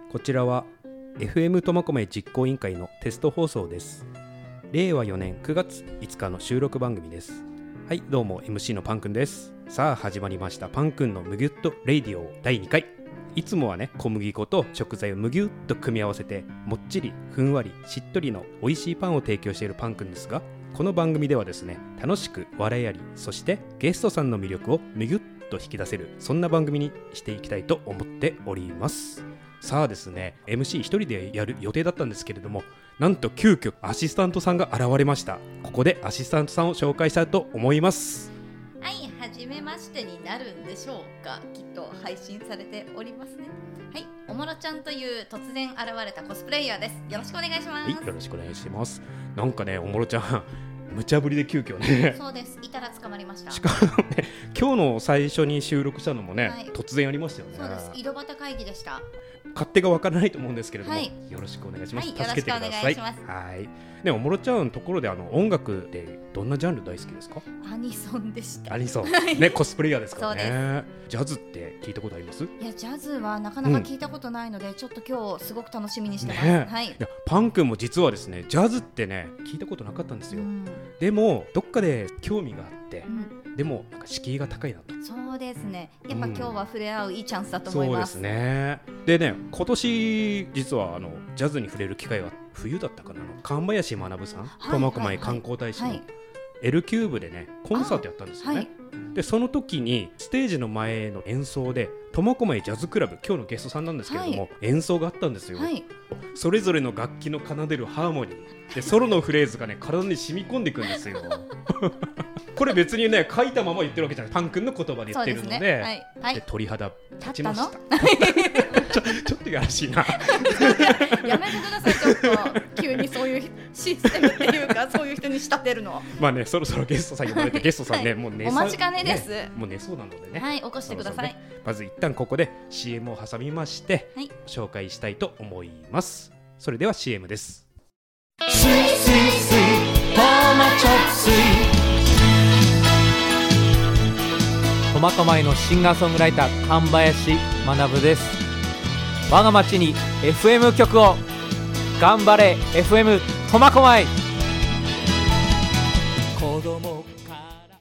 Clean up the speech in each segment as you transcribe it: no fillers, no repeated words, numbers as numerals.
こちらは FM 苫小牧実行委員会のテスト放送です。令和4年9月5日の収録番組です。はい、どうも MC のパンくんです。さあ始まりました、パンくんのむぎゅっとレイディオ第2回。いつもはね、小麦粉と食材をむぎゅっと組み合わせてもっちりふんわりしっとりの美味しいパンを提供しているパンくんですが、この番組ではですね、楽しく笑いあり、そしてゲストさんの魅力をむぎゅっと引き出せる、そんな番組にしていきたいと思っております。さあですね、 MC 一人でやる予定だったんですけれども、なんと急遽アシスタントさんが現れました。ここでアシスタントさんを紹介したいと思います。 はい、はじめましてになるんでしょうか。きっと配信されておりますね。はい、おもろちゃんという突然現れたコスプレイヤーです。よろしくお願いします。 はい、よろしくお願いします。なんかね、おもろちゃん無茶ぶりで急遽ね。 そうです、いたら捕まりました。 しかもね、今日の最初に収録したのもね、はい、突然やりましたよね。 そうです、井戸端会議でした。 勝手がわからないと思うんですけれども、 はい、 よろしくお願いします。 はい、 助けてください。 よろしくお願いします。 はい。ね、おもろちゃんのところで音楽でどんなジャンル大好きですか？ アニソンでした。 アニソンね、コスプレイヤーですからね。ジャズって聞いたことあります？いや、ジャズはなかなか聞いたことないので、ちょっと今日すごく楽しみにしてます、 ね。 はい、 いや、パン君も実はですね、ジャズってね聞いたことなかったんですよ、でもどっかで興味があって、でもなんか敷居が高いなと。 そうですね、やっぱ今日は触れ合ういいチャンスだと思います。 そうですね。でね、今年実はジャズに触れる機会が冬だったかな、神林学さん、苫小牧観光大使の L キューブでねコンサートやったんですよね。でその時にステージの前の演奏で苫小牧ジャズクラブ、今日のゲストさんなんですけれども、演奏があったんですよ、それぞれの楽器の奏でるハーモニーでソロのフレーズがね体に染み込んでいくんですよこれ別にね書いたまま言ってるわけじゃない、パン君の言葉で言ってるの で鳥肌立ちましたちょっとやらしいなやめてください、ちょっと急にそういうシステムっていうかそういう人に仕立てるの。 まあね、そろそろゲストさん呼ばれてゲストさんね、もう寝そう、 お待ちかねです、 もう寝そうなのでね、 はい、起こしてください。 まず一旦ここで CM を挟みまして、紹介したいと思います。それでは CM です。 スイスイスイトマチョッスイ、苫小牧のシンガーソングライター神林学です。我が町に FM 局を、頑張れ FM 苫小牧。子供から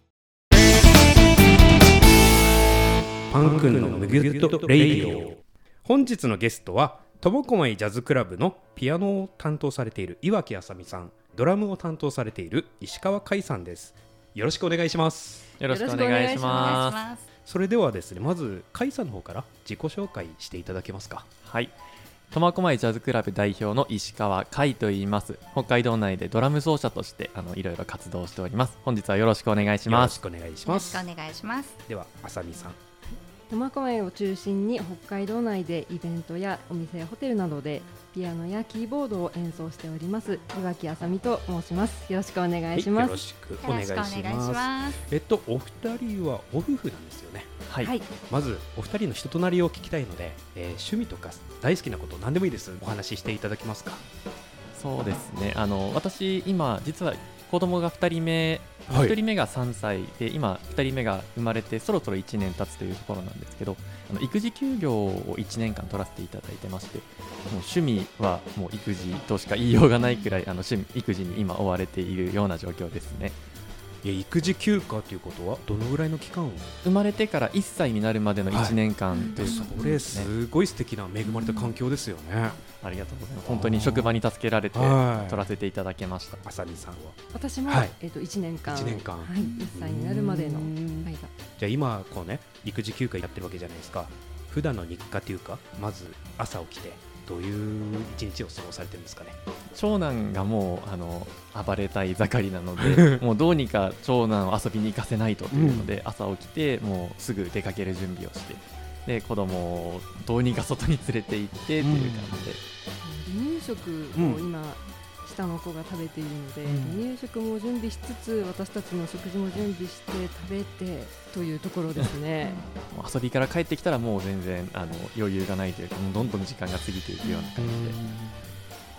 パン君のむぎゅっとレイディオ。本日のゲストは苫小牧ジャズクラブのピアノを担当されている岩木あさみさん、ドラムを担当されている石川海さんです。よろしくお願いします。 よろしくお願いします。 それではですね、まず海さんの方から自己紹介していただけますか？ はい、苫小牧ジャズクラブ代表の石川海と言います。北海道内でドラム奏者としていろいろ活動しております。本日はよろしくお願いします。 よろしくお願いします。 よろしくお願いします。 ではあさみさん。 苫小牧を中心に北海道内でイベントやお店やホテルなどでピアノやキーボードを演奏しております岩木あさみと申します。よろしくお願いします。 よろしくお願いします。お二人はご夫婦なんですよね？ はい、 まずお二人の人となりを聞きたいので、趣味とか大好きなこと何でもいいです、お話ししていただけますか？ そうですね、私今実は子供が2人目、1人目が3歳で今2人目が生まれてそろそろ1年経つというところなんですけど、育児休業を1年間取らせていただいてまして、もう趣味はもう育児としか言いようがないくらい趣味育児に今追われているような状況ですね。 育児休暇ということはどのぐらいの期間を？ 生まれてから1歳になるまでの1年間ということですね。 それすごい素敵な恵まれた環境ですよね。 ありがとうございます。本当に職場に助けられて取らせていただけました。 あさみさんは？ 私も、1年間、1歳になるまでの間。 じゃあ今こうね、育児休暇やってるわけじゃないですか。普段の日課というか、まず朝起きてどういう一日を過ごされてるんですかね？ 長男がもう暴れたい盛りなのでもうどうにか長男を遊びに行かせないとというので、朝起きてもうすぐ出かける準備をして、で子供をどうにか外に連れて行ってという感じで、 離乳食を今、下の子が食べているので、離乳食も準備しつつ私たちの食事も準備して食べてというところですね遊びから帰ってきたらもう全然余裕がないというか、もうどんどん時間が過ぎていくような感じで、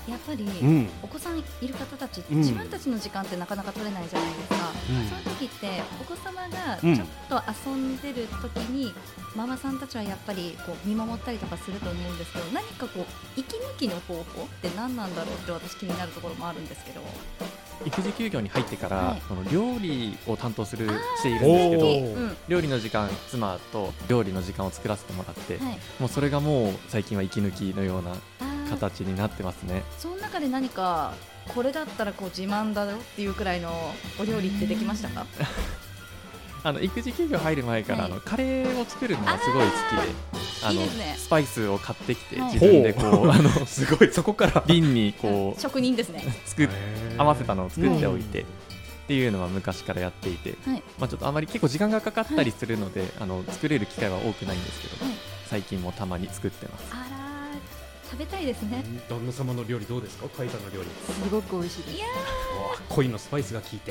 やっぱり、 うんお子さんいる方たち、 うん自分たちの時間ってなかなか取れないじゃないですか、 うんその時ってお子様がうんちょっと遊んでる時に、ママさんたちはやっぱりこう見守ったりとかすると思うんですけど、何かこう息抜きの方法って何なんだろうって私気になるところもあるんですけど。 育児休業に入ってから、 はいその料理を担当しているんですけど、 おーうん料理の時間、妻と料理の時間を作らせてもらって、 はい、 もうそれがもう最近は息抜きのようなあー形になってますね。 その中で何かこれだったらこう自慢だよっていうくらいのお料理ってできましたか？ 育児休業入る前から、 はいカレーを作るのがすごい好きで、 いいですねスパイスを買ってきて、 はい自分でこうすごいそこから瓶にこう職人ですね。 合わせたのを作っておいて、っていうのは昔からやっていて、 はいまあ、ちょっとあまり結構時間がかかったりするので、作れる機会は多くないんですけど、 はい最近もたまに作ってます。 あらー、食べたいですね。 旦那様の料理どうですか？カイさんの料理。 すごく美味しいです。 恋のスパイスが効いて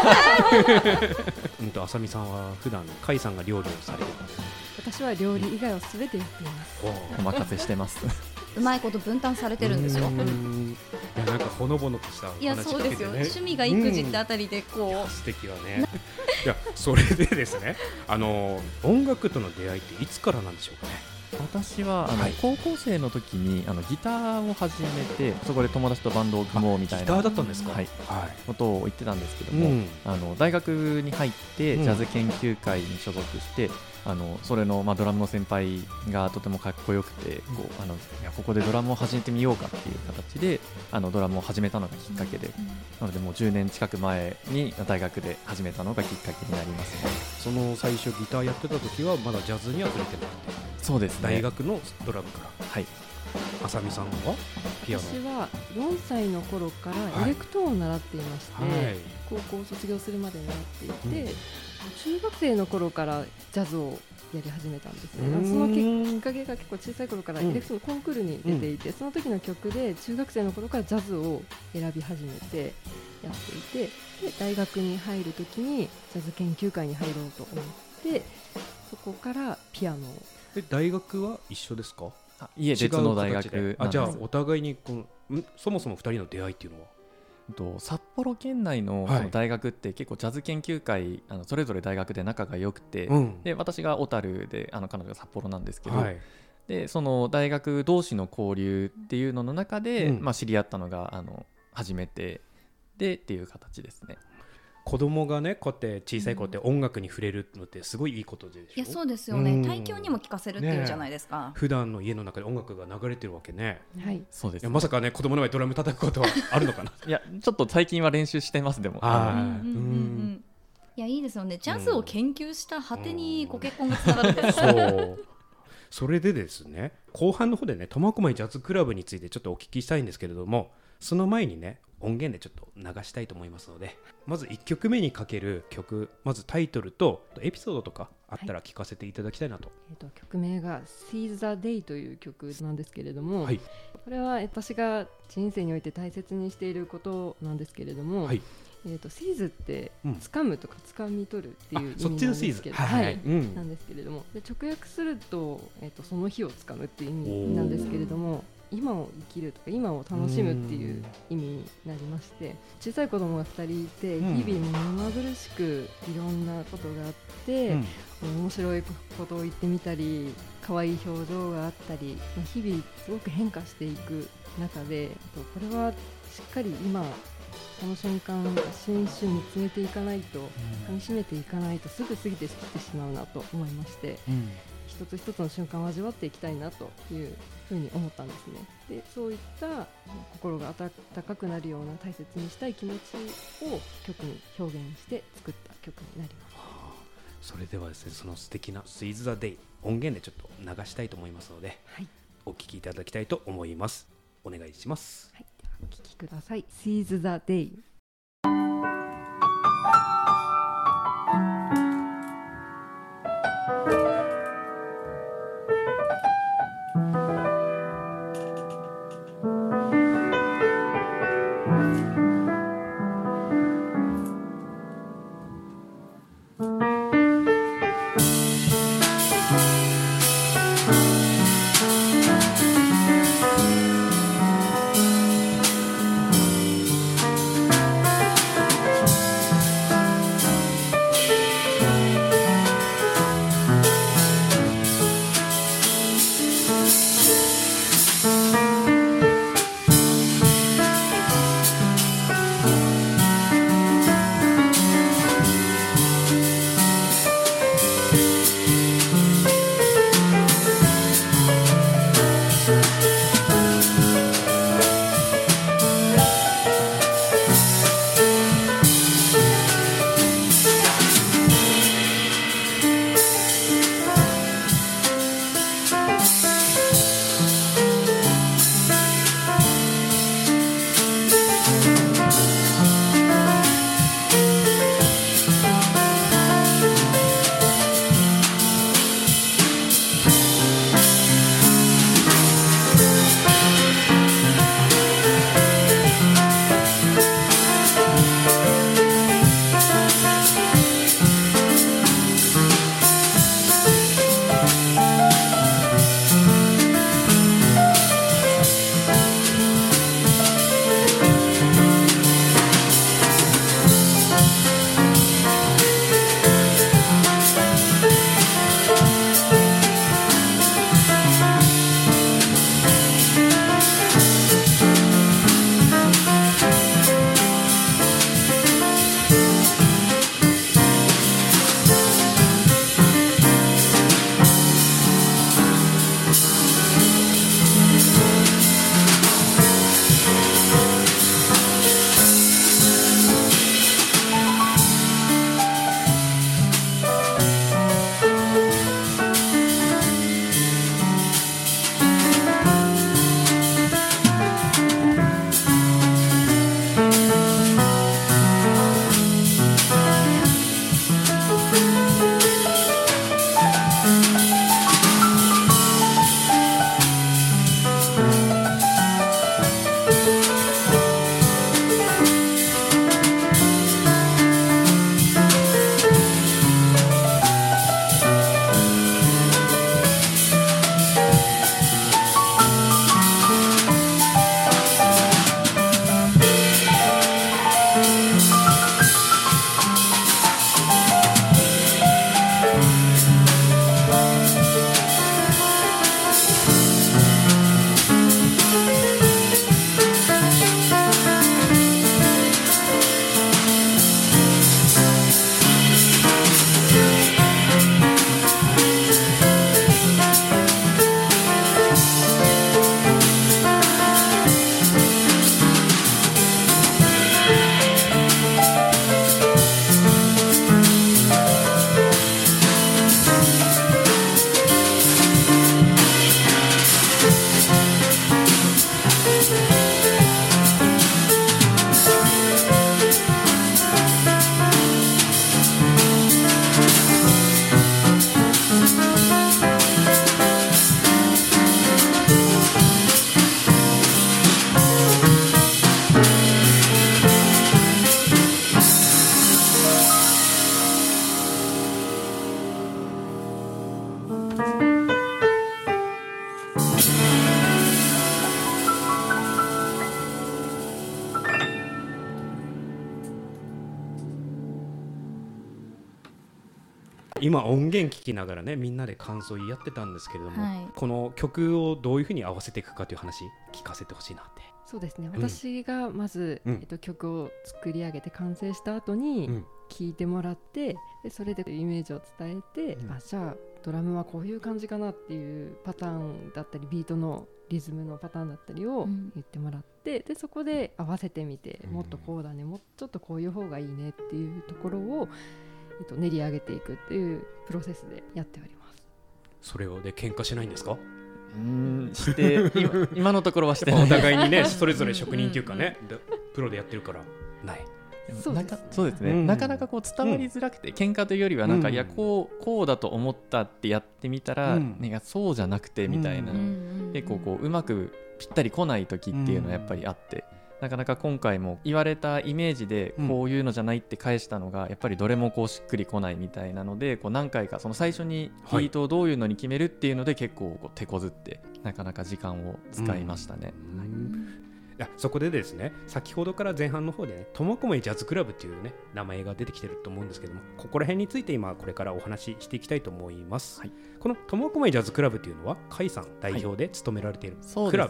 あさみさんは普段カイさんが料理をされる。 私は料理以外をすべてやっています。 お任せしてます。 うまいこと分担されてるんですよ。 いやなんかほのぼのとしたおいや話そうですよ、 聞けてね。 趣味が育児ってあたりでこう、 素敵だね。いやそれでですね、音楽との出会いっていつからなんでしょうかね。 私ははい高校生の時にギターを始めて、そこで友達とバンドを組もうみたいなギターだったんですか？ はいはことを言ってたんですけどい。 も、大学に入ってうんジャズ研究会に所属して、それの、ドラムの先輩がとてもかっこよくて、こういやここでドラムを始めてみようかっていう形でドラムを始めたのがきっかけで、なのでもう10年近く前に大学で始めたのがきっかけになりますね。 その最初ギターやってた時はまだジャズには触れてなくて、 そうですね。 大学のドラムからはい。 あさみさんはピアノ。 私は4歳の頃からエレクトーンを習っていまして、 はい。 高校を卒業するまで習っていて、中学生の頃からジャズをやり始めたんですね。そのきっかけが結構小さい頃からエレクトーンのコンクールに出ていて、その時の曲で中学生の頃からジャズを選び始めてやっていて、で大学に入る時にジャズ研究会に入ろうと思って、そこからピアノを。 大学は一緒ですか？ いえ、別の大学なんです。 じゃあお互いにそもそも2人の出会いっていうのは札幌県内のはいその大学って結構ジャズ研究会それぞれ大学で仲が良くて、で私が小樽で彼女が札幌なんですけど、 はいでその大学同士の交流っていうのの中で、 うん知り合ったのが初めてでっていう形ですね。 子供がねこうやって小さい頃って音楽に触れるのってすごいいいことでしょ。 いやそうですよね、胎教にも聞かせるっていうじゃないですか、 普段の家の中で音楽が流れてるわけね。 はい、 そうです、 いやまさかね子供の前でドラム叩くことはあるのかな。 いやちょっと最近は練習してます。でもいやいいですよね。ジャズを研究した果てにご結婚がつながるんですよ、 そうそれでですね、後半の方でね苫小牧ジャズクラブについてちょっとお聞きしたいんですけれども、その前にね音源でちょっと流したいと思いますので、まず1曲目にかける曲、まずタイトルとエピソードとかあったら聞かせていただきたいなと。 曲名が Seize the Day という曲なんですけれども、 はいこれは私が人生において大切にしていることなんですけれども、 はい Seize ってうん掴むとか掴み取るっていう意そっちの味なんですけど、はいなんですけれども、で直訳すると、その日を掴むっていう意味なんですけれども、今を生きるとか今を楽しむっていう意味になりまして、小さい子供が2人いて、日々目まぐるしくいろんなことがあって、面白いことを言ってみたり可愛い表情があったり、日々すごく変化していく中で、これはしっかり今この瞬間一瞬見つめていかないと、噛み締めていかないとすぐ過ぎてしまうなと思いまして、一つ一つの瞬間を味わっていきたいなというふうに思ったんですね。でそういった心が温かくなるような大切にしたい気持ちを曲に表現して作った曲になります。 それではですね、その素敵な Seize the Day 音源でちょっと流したいと思いますので、 はい、 お聴きいただきたいと思います。お願いします。 はい、ではお聴きください。 Seize the Day。 「 今音源聞きながらねみんなで感想言い合ってたんですけれども、 はい、 この曲をどういうふうに合わせていくかという話聞かせてほしいなって。 そうですね、私がまず、曲を作り上げて完成した後に聴いてもらって、でそれでイメージを伝えて、じゃあドラムはこういう感じかなっていうパターンだったりビートのリズムのパターンだったりを言ってもらって、でそこで合わせてみて、もっとこうだね、もうちょっとこういう方がいいねっていうところを、練り上げていくっていうプロセスでやっております。 それをで喧嘩しないんですか？ して今のところはしてない。 お互いにねそれぞれ職人というかね、プロでやってるからない。 そうですね、なかなかこう伝わりづらくて、喧嘩というよりはなんか、いやこうだと思ったってやってみたら、そうじゃなくてみたいな、結構こううまくぴったり来ない時っていうのはやっぱりあって、なかなか今回も言われたイメージでこういうのじゃないって返したのがやっぱりどれもこうしっくりこないみたいなので、こう何回かその最初にビートをどういうのに決めるっていうので結構こう手こずってなかなか時間を使いましたね。 いやそこでですね、先ほどから前半の方でね苫小牧ジャズクラブっていうね名前が出てきてると思うんですけども、ここら辺について今これからお話ししていきたいと思います。この苫小牧ジャズクラブっていうのは甲斐さん代表で務められているクラブ、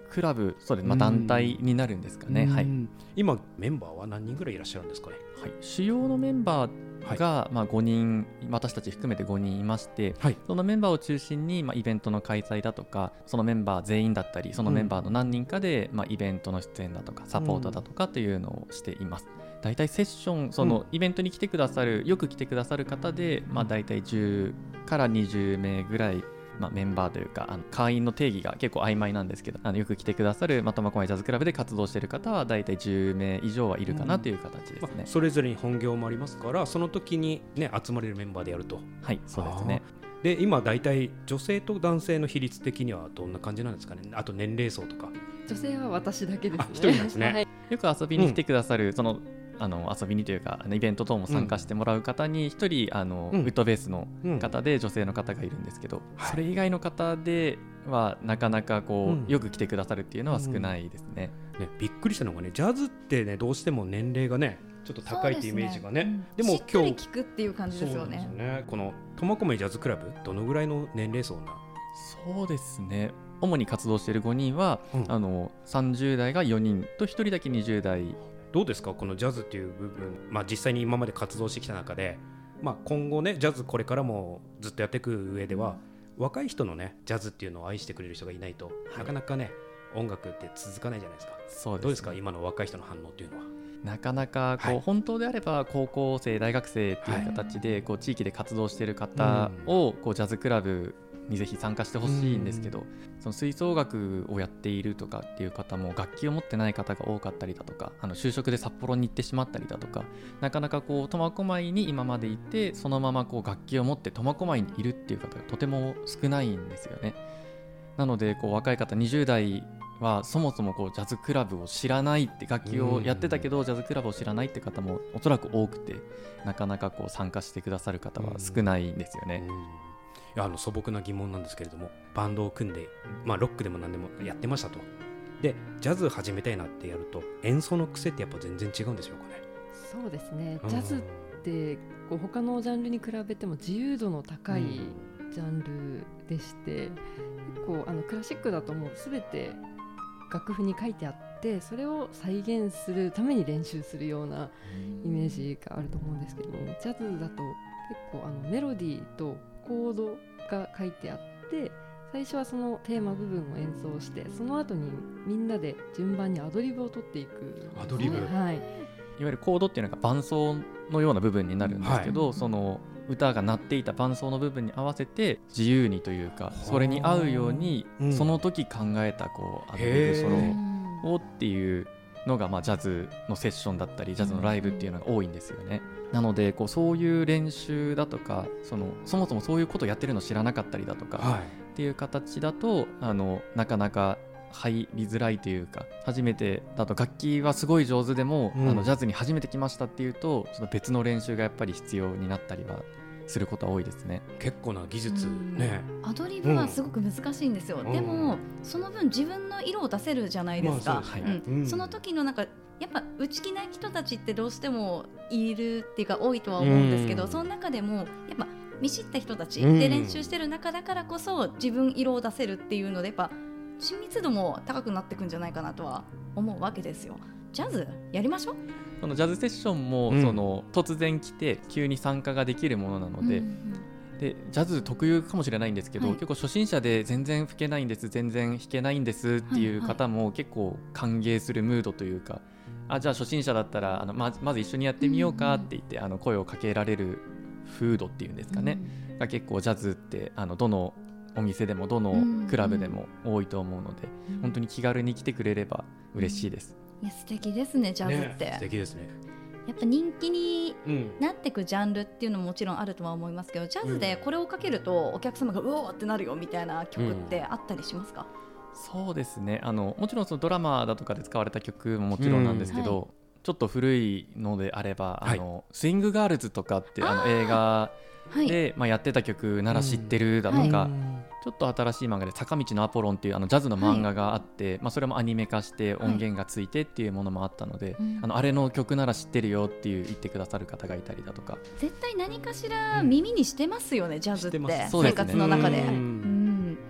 クラブ、そうです、団体になるんですかね。はい、 今メンバーは何人ぐらいいらっしゃるんですかね。 はい、主要のメンバーが5人、私たち含めて5人いまして、はい、そのメンバーを中心にイベントの開催だとか、そのメンバー全員だったり、そのメンバーの何人かでイベントの出演だとかサポートだとかというのをしています。だいたいセッション、そのイベントに来てくださる、よく来てくださる方で、だいたい10から20名ぐらい、メンバーというか会員の定義が結構曖昧なんですけど、よく来てくださる苫小牧ジャズクラブで活動している方はだいたい10名以上はいるかなという形ですね。 それぞれに本業もありますから、その時に、ね、集まれるメンバーでやると。 はい、そうですね。 で今だいたい女性と男性の比率的にはどんな感じなんですかね。あと年齢層とか。 女性は私だけですね。 一人なんですね。 はい、 よく遊びに来てくださる、遊びにというかイベント等も参加してもらう方に1人ウッドベースの方で女性の方がいるんですけど、それ以外の方ではなかなかよく来てくださるっていうのは少ないですね。 びっくりしたのがね、ジャズってね、どうしても年齢がねちょっと高いっていうイメージがね、 でもしっかり聞くっていう感じですよね。 そうですね。この苫小牧ジャズクラブ、どのぐらいの年齢層な。 そうですね、主に活動している5人は、30代が4人と1人だけ20代。 どうですか、このジャズっていう部分、実際に今まで活動してきた中で、今後ねジャズこれからもずっとやっていく上では、若い人のねジャズっていうのを愛してくれる人がいないと、なかなかね音楽って続かないじゃないですか。 そうですね。 どうですか、今の若い人の反応っていうのは。 なかなか本当であれば高校生大学生っていう形で地域で活動している方をジャズクラブにぜひ参加してほしいんですけど、その吹奏楽をやっているとかっていう方も楽器を持ってない方が多かったりだとか、就職で札幌に行ってしまったりだとか、なかなか苫小牧に今までいてそのまま楽器を持って苫小牧にいるっていう方がとても少ないんですよね。なので若い方20代はそもそもジャズクラブを知らないって、楽器をやってたけどジャズクラブを知らないって方もおそらく多くて、なかなか参加してくださる方は少ないんですよね。 いや素朴な疑問なんですけれども、バンドを組んで、ロックでも何でもやってましたと。でジャズ始めたいなってやると、演奏の癖ってやっぱ全然違うんでしょうかね。 そうですね、ジャズって他のジャンルに比べても自由度の高いジャンルでして、結構クラシックだともう全て楽譜に書いてあって、それを再現するために練習するようなイメージがあると思うんですけども、ジャズだと結構メロディーとコードが書いてあって、最初はそのテーマ部分を演奏して、その後にみんなで順番にアドリブを取っていく。 アドリブ、 はい、 いわゆるコードっていうのが伴奏のような部分になるんですけど、その歌が鳴っていた伴奏の部分に合わせて自由にというか、それに合うようにその時考えたアドリブソロをっていうのがジャズのセッションだったりジャズのライブっていうのが多いんですよね。なのでそういう練習だとか、そもそもそういうことをやってるのを知らなかったりだとかっていう形だと、なかなか入りづらいというか、初めてだと楽器はすごい上手でも、ジャズに初めて来ましたっていうとちょっと別の練習がやっぱり必要になったりはすることは多いですね。 結構な技術ね。 アドリブはすごく難しいんですよ。でもその分自分の色を出せるじゃないですか。その時のやっぱ内気な人たちってどうしてもいるっていうか多いとは思うんですけど、その中でもやっぱ見知った人たちで練習してる中だからこそ自分色を出せるっていうので、やっぱ親密度も高くなってくんじゃないかなとは思うわけですよ。ジャズやりましょう。 そのジャズセッションも、突然来て急に参加ができるものなので、でジャズ特有かもしれないんですけど、結構初心者で全然吹けないんです、全然弾けないんですっていう方も結構歓迎するムードというか、じゃあ初心者だったらまず一緒にやってみようかって言って声をかけられる風土っていうんですかね、が結構ジャズってどのお店でもどのクラブでも多いと思うので、本当に気軽に来てくれれば嬉しいです。 いや素敵ですね、ジャズって、 素敵ですね。 やっぱ人気になってくジャンルっていうのももちろんあるとは思いますけど、ジャズでこれをかけるとお客様がうおーってなるよみたいな曲ってあったりしますか？ そうですね、もちろんそのドラマだとかで使われた曲ももちろんなんですけど、ちょっと古いのであればスイングガールズとかって映画でやってた曲なら知ってるだとか、ちょっと新しい漫画で坂道のアポロンっていうジャズの漫画があって、それもアニメ化して音源がついてっていうものもあったので、あれの曲なら知ってるよっていう言ってくださる方がいたりだとか、 絶対何かしら耳にしてますよね、ジャズって生活の中で。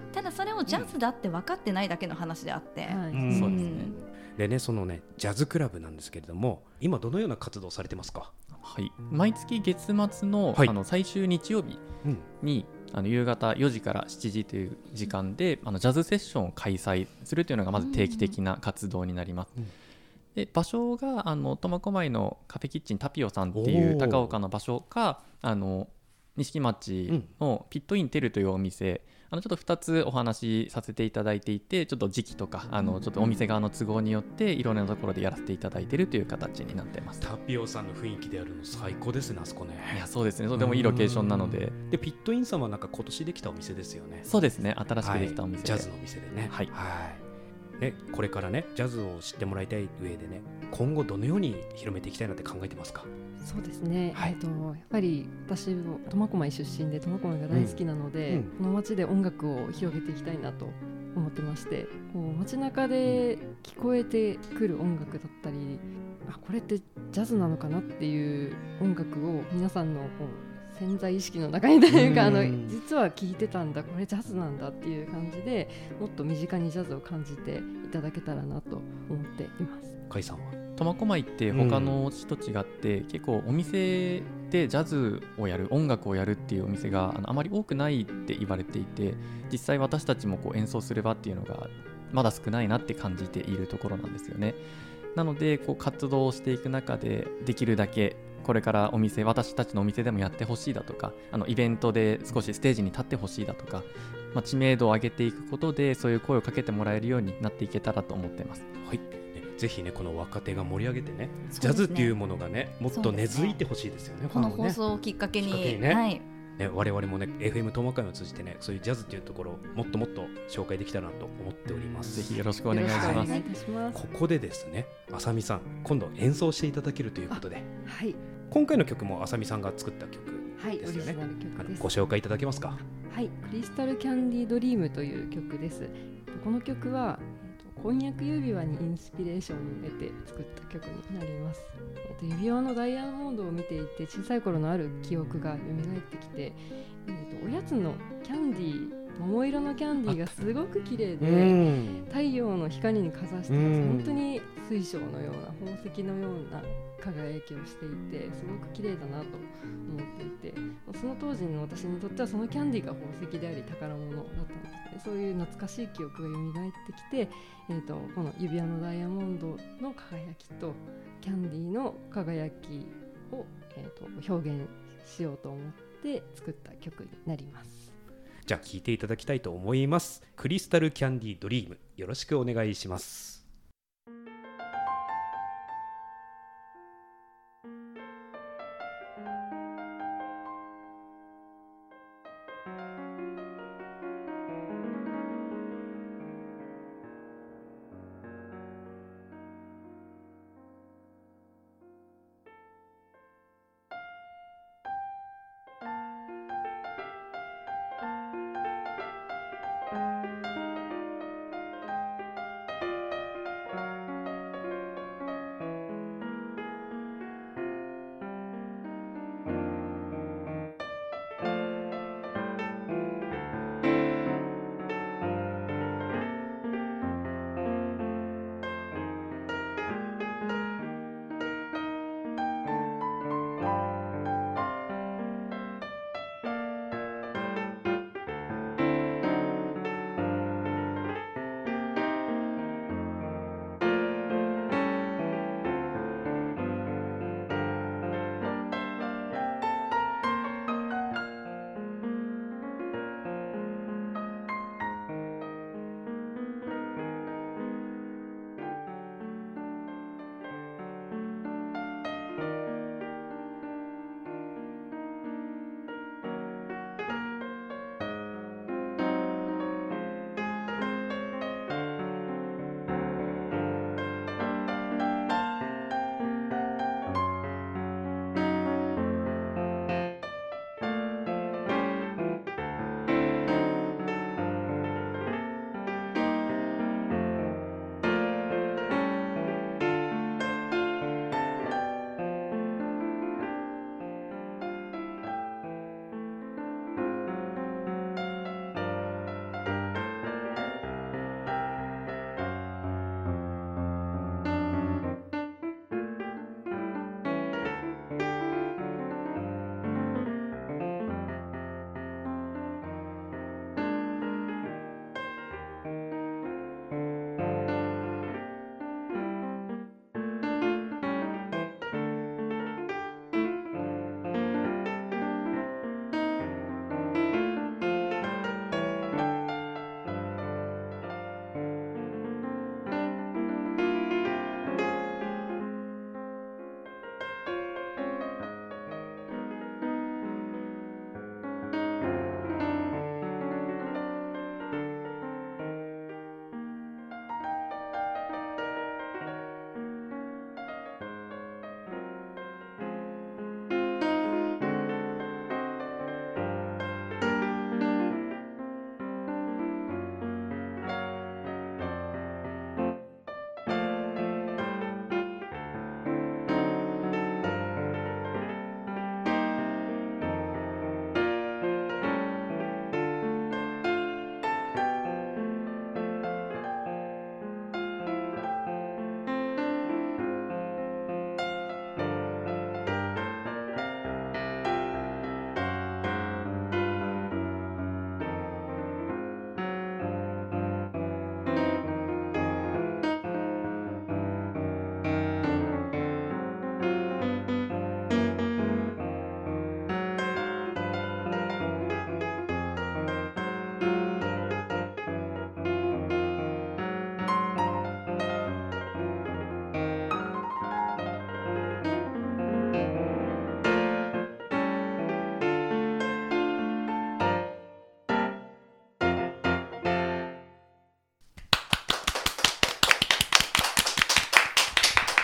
ただそれをジャズだって分かってないだけの話であって、 そうですね。 でね、そのねジャズクラブなんですけれども、今どのような活動をされてますか？ はい、毎月月末の、最終日曜日に、夕方4時から7時という時間でジャズセッションを開催するというのがまず定期的な活動になります。で場所が苫小牧のカフェキッチンタピオさんっていう高岡の場所か錦町のピットインテルというお店、ちょっと2つお話しさせていただいていて、ちょっと時期とかちょっとお店側の都合によっていろんなところでやらせていただいているという形になっています。 タピオさんの雰囲気であるの最高ですね、あそこね。 いやそうですね、とてもいいロケーションなので。 でピットインさんはなんか今年できたお店ですよね。 そうですね、新しくできたお店で、 ジャズのお店でね。はい、ね、これからねジャズを知ってもらいたい上でね、今後どのように広めていきたいなって考えてますか？ そうですね、やっぱり私も苫小牧出身で苫小牧が大好きなので、この街で音楽を広げていきたいなと思ってまして、こう街中で聞こえてくる音楽だったり、これってジャズなのかなっていう音楽を皆さんの潜在意識の中にというか、実は聴いてたんだ、これジャズなんだっていう感じで、もっと身近にジャズを感じていただけたらなと思っています。 甲斐さんは？ 苫小牧って他の市と違って、結構お店でジャズをやる、音楽をやるっていうお店があまり多くないって言われていて、実際私たちもこう演奏する場っていうのがまだ少ないなって感じているところなんですよね。なのでこう活動をしていく中で、できるだけこれから私たちのお店でもやってほしいだとか、イベントで少しステージに立ってほしいだとか、知名度を上げていくことでそういう声をかけてもらえるようになっていけたらと思っています。 はい、ぜひねこの若手が盛り上げてね、ジャズっていうものがねもっと根付いてほしいですよね。 この放送をきっかけに我々もね FM 苫小牧を通じてね、そういうジャズっていうところをもっともっと紹介できたらなと思っております。 ぜひよろしくお願いします。 ここでですね、あさみさん今度演奏していただけるということで、 はい、 今回の曲もあさみさんが作った曲ですよね。 オリジナル曲です。 ご紹介いただけますか？ はい、クリスタルキャンディードリームという曲です。この曲は婚約指輪にインスピレーションを得て作った曲になります。指輪のダイヤモンドを見ていて、小さい頃のある記憶が蘇ってきて、おやつのキャンディー、桃色のキャンディーがすごく綺麗で、太陽の光にかざしてます。本当に水晶のような、宝石のような輝きをしていて、すごく綺麗だなと思っていて、その当時の私にとってはそのキャンディーが宝石であり宝物だったんですね。そういう懐かしい記憶が蘇ってきて、この指輪のダイヤモンドの輝きとキャンディーの輝きを、表現しようと思って作った曲になります。 じゃあ聴いていただきたいと思います。クリスタルキャンディードリーム、よろしくお願いします。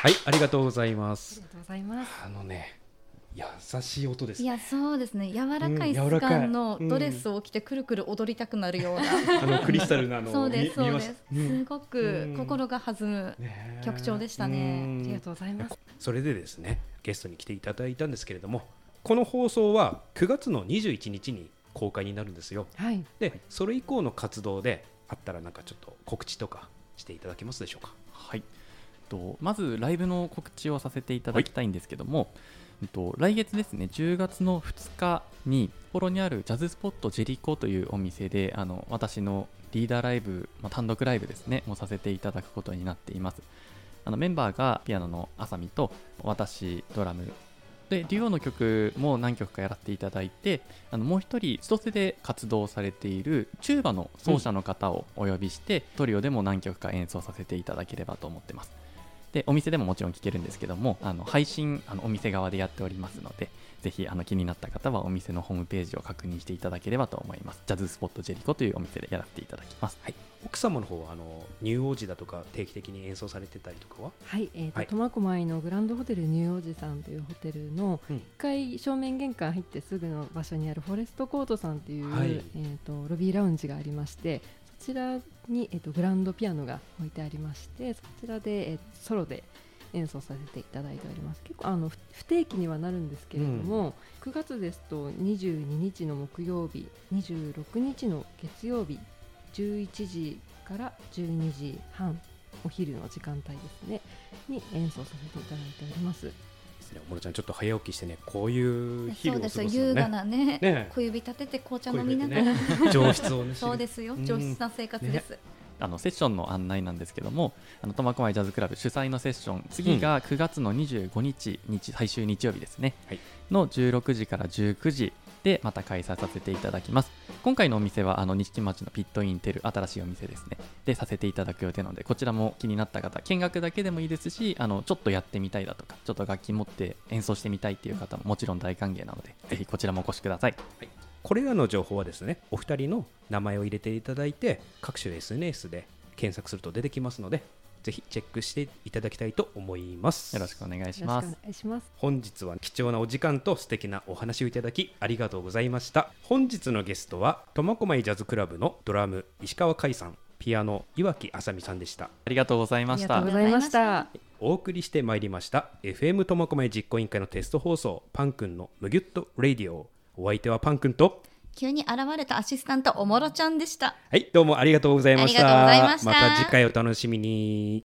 はい、ありがとうございます。 ありがとうございます。 優しい音ですね。 いやそうですね、柔らかい質感のドレスを着てくるくる踊りたくなるような、 クリスタルのそうですそうです、 すごく心が弾む曲調でしたね。 ありがとうございます。 それでですね、ゲストに来ていただいたんですけれども、この放送は9月の21日に公開になるんですよ。 はい、 でそれ以降の活動であったらなんかちょっと告知とかしていただけますでしょうか。 はい、まずライブの告知をさせていただきたいんですけども、来月ですね、10月の2日に札幌にあるジャズスポットジェリコというお店で私のリーダーライブ、単独ライブですねもさせていただくことになっています。メンバーがピアノのあさみと私ドラムでデュオの曲も何曲かやらせていただいて、もう一人千歳で活動されているチューバの奏者の方をお呼びして、トリオでも何曲か演奏させていただければと思ってます。でお店でももちろん聴けるんですけども、配信お店側でやっておりますので、ぜひ気になった方はお店のホームページを確認していただければと思います。ジャズスポットジェリコというお店でやらせていただきます。 はい、奥様の方はニューオージだとか定期的に演奏されてたりとかは？ はい、苫小牧のグランドホテルニューオージさんというホテルの1階正面玄関入ってすぐの場所にあるフォレストコートさんという、ロビーラウンジがありまして、そちらに、グランドピアノが置いてありまして、そちらで、ソロで演奏させていただいております。結構不定期にはなるんですけれども、9月ですと22日の木曜日、26日の月曜日11時から12時半、お昼の時間帯ですねに演奏させていただいております。 おもろちゃんちょっと早起きしてね、こういう昼を過ごすのね。 そうですよ、優雅なね、小指立てて紅茶飲みながら、 上質をねそうですよ、上質な生活です。 セッションの案内なんですけども、苫小牧ジャズクラブ主催のセッション、次が9月の25日、最終日曜日ですね、の16時から19時でまた開催させていただきます。今回のお店は錦町のピットインテル、新しいお店ですねでさせていただく予定なので、こちらも気になった方、見学だけでもいいですし、ちょっとやってみたいだとか、ちょっと楽器持って演奏してみたいっていう方ももちろん大歓迎なので、ぜひこちらもお越しください。 はい、これらの情報はですね、お二人の名前を入れていただいて各種 SNS で検索すると出てきますので、ぜひチェックしていただきたいと思います。 よろしくお願いします。 本日は貴重なお時間と素敵なお話をいただきありがとうございました。本日のゲストは苫小牧ジャズクラブのドラム石川海さん、ピアノ岩木あさみさんでした。 ありがとうございました。 ありがとうございました。 お送りしてまいりました FM 苫小牧実行委員会のテスト放送、パンくんのむぎゅっとレディオ。お相手はパンくんと急に現れたアシスタントおもろちゃんでした。 はい、どうもありがとうございました。 ありがとうございました。 また次回お楽しみに。